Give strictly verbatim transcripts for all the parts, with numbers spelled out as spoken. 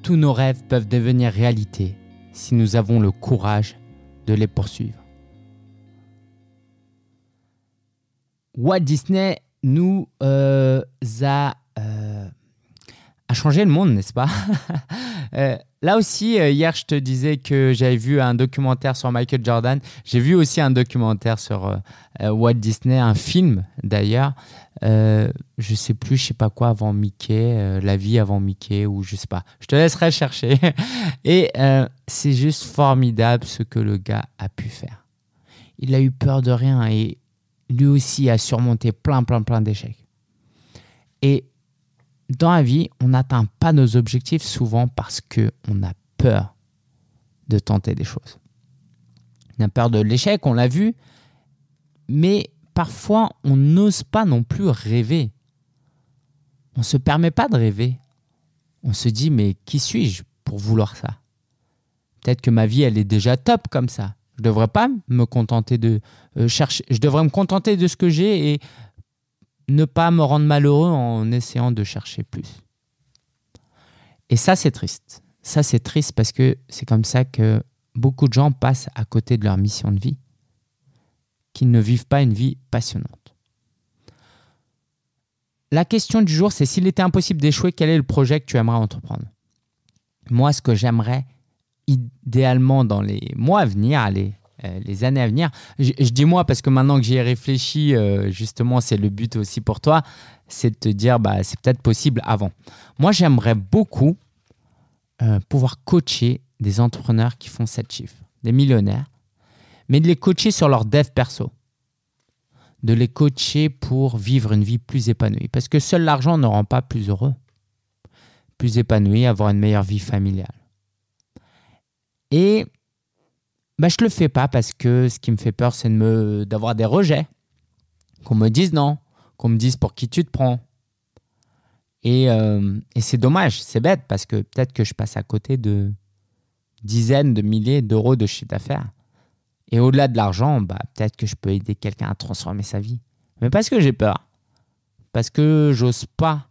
tous nos rêves peuvent devenir réalité si nous avons le courage de les poursuivre. Walt Disney nous euh, a, euh, a changé le monde, n'est-ce pas? euh, Là aussi, euh, hier, je te disais que j'avais vu un documentaire sur Michael Jordan. J'ai vu aussi un documentaire sur euh, euh, Walt Disney, un film d'ailleurs. Euh, je ne sais plus, je ne sais pas quoi avant Mickey, euh, la vie avant Mickey, ou je ne sais pas. Je te laisserai chercher. Et euh, c'est juste formidable ce que le gars a pu faire. Il a eu peur de rien et lui aussi a surmonté plein, plein, plein d'échecs. Et dans la vie, on n'atteint pas nos objectifs souvent parce qu'on a peur de tenter des choses. On a peur de l'échec, on l'a vu, mais parfois, on n'ose pas non plus rêver. On ne se permet pas de rêver. On se dit, mais qui suis-je pour vouloir ça? Peut-être que ma vie, elle est déjà top comme ça. Je ne devrais pas me contenter de euh, chercher. Je devrais me contenter de ce que j'ai et ne pas me rendre malheureux en essayant de chercher plus. Et ça, c'est triste. Ça, c'est triste parce que c'est comme ça que beaucoup de gens passent à côté de leur mission de vie, qu'ils ne vivent pas une vie passionnante. La question du jour, c'est s'il était impossible d'échouer, quel est le projet que tu aimerais entreprendre? Moi, ce que j'aimerais idéalement dans les mois à venir, allez, euh, les années à venir, je, je dis moi parce que maintenant que j'y ai réfléchi, euh, justement, c'est le but aussi pour toi, c'est de te dire, bah, c'est peut-être possible avant. Moi, j'aimerais beaucoup euh, pouvoir coacher des entrepreneurs qui font sept chiffres, des millionnaires, mais de les coacher sur leur dev perso, de les coacher pour vivre une vie plus épanouie. Parce que seul l'argent ne rend pas plus heureux, plus épanoui, avoir une meilleure vie familiale. Et bah, je ne le fais pas parce que ce qui me fait peur, c'est de me, d'avoir des rejets, qu'on me dise non, qu'on me dise pour qui tu te prends. Et, euh, et c'est dommage, c'est bête, parce que peut-être que je passe à côté de dizaines de milliers d'euros de chiffre d'affaires. Et au-delà de l'argent, bah, peut-être que je peux aider quelqu'un à transformer sa vie. Mais parce que j'ai peur. Parce que j'ose pas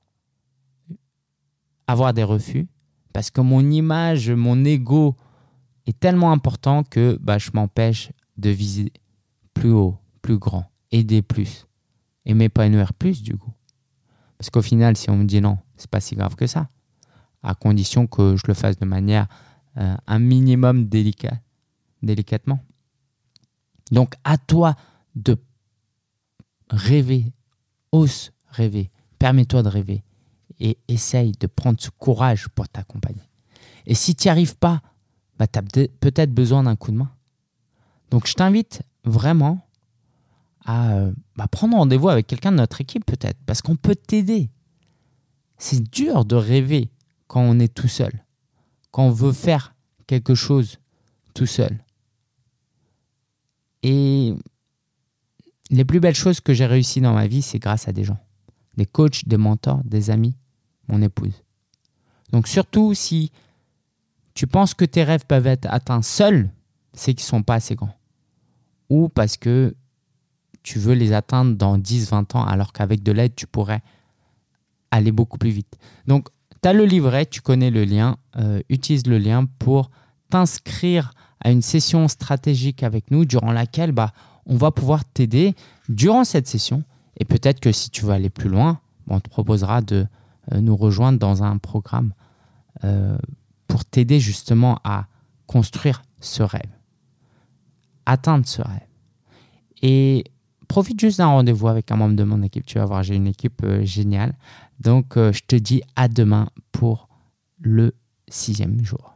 avoir des refus. Parce que mon image, mon ego est tellement important que bah, je m'empêche de viser plus haut, plus grand, aider plus et m'épanouir plus du coup. Parce qu'au final, si on me dit non, c'est pas si grave que ça. À condition que je le fasse de manière euh, un minimum délicate. délicatement. Donc, à toi de rêver, ose rêver, permets-toi de rêver et essaye de prendre ce courage pour t'accompagner. Et si tu n'y arrives pas, bah, tu as peut-être besoin d'un coup de main. Donc, je t'invite vraiment à euh, bah, prendre rendez-vous avec quelqu'un de notre équipe peut-être, parce qu'on peut t'aider. C'est dur de rêver quand on est tout seul, quand on veut faire quelque chose tout seul. Et les plus belles choses que j'ai réussies dans ma vie, c'est grâce à des gens. Des coachs, des mentors, des amis, mon épouse. Donc surtout, si tu penses que tes rêves peuvent être atteints seuls, c'est qu'ils ne sont pas assez grands. Ou parce que tu veux les atteindre dans dix à vingt ans, alors qu'avec de l'aide, tu pourrais aller beaucoup plus vite. Donc, tu as le livret, tu connais le lien. Euh, utilise le lien pour t'inscrire à une session stratégique avec nous durant laquelle bah, on va pouvoir t'aider durant cette session. Et peut-être que si tu veux aller plus loin, on te proposera de euh, nous rejoindre dans un programme euh, pour t'aider justement à construire ce rêve, atteindre ce rêve. Et profite juste d'un rendez-vous avec un membre de mon équipe. Tu vas voir, j'ai une équipe euh, géniale. Donc, euh, je te dis à demain pour le sixième jour.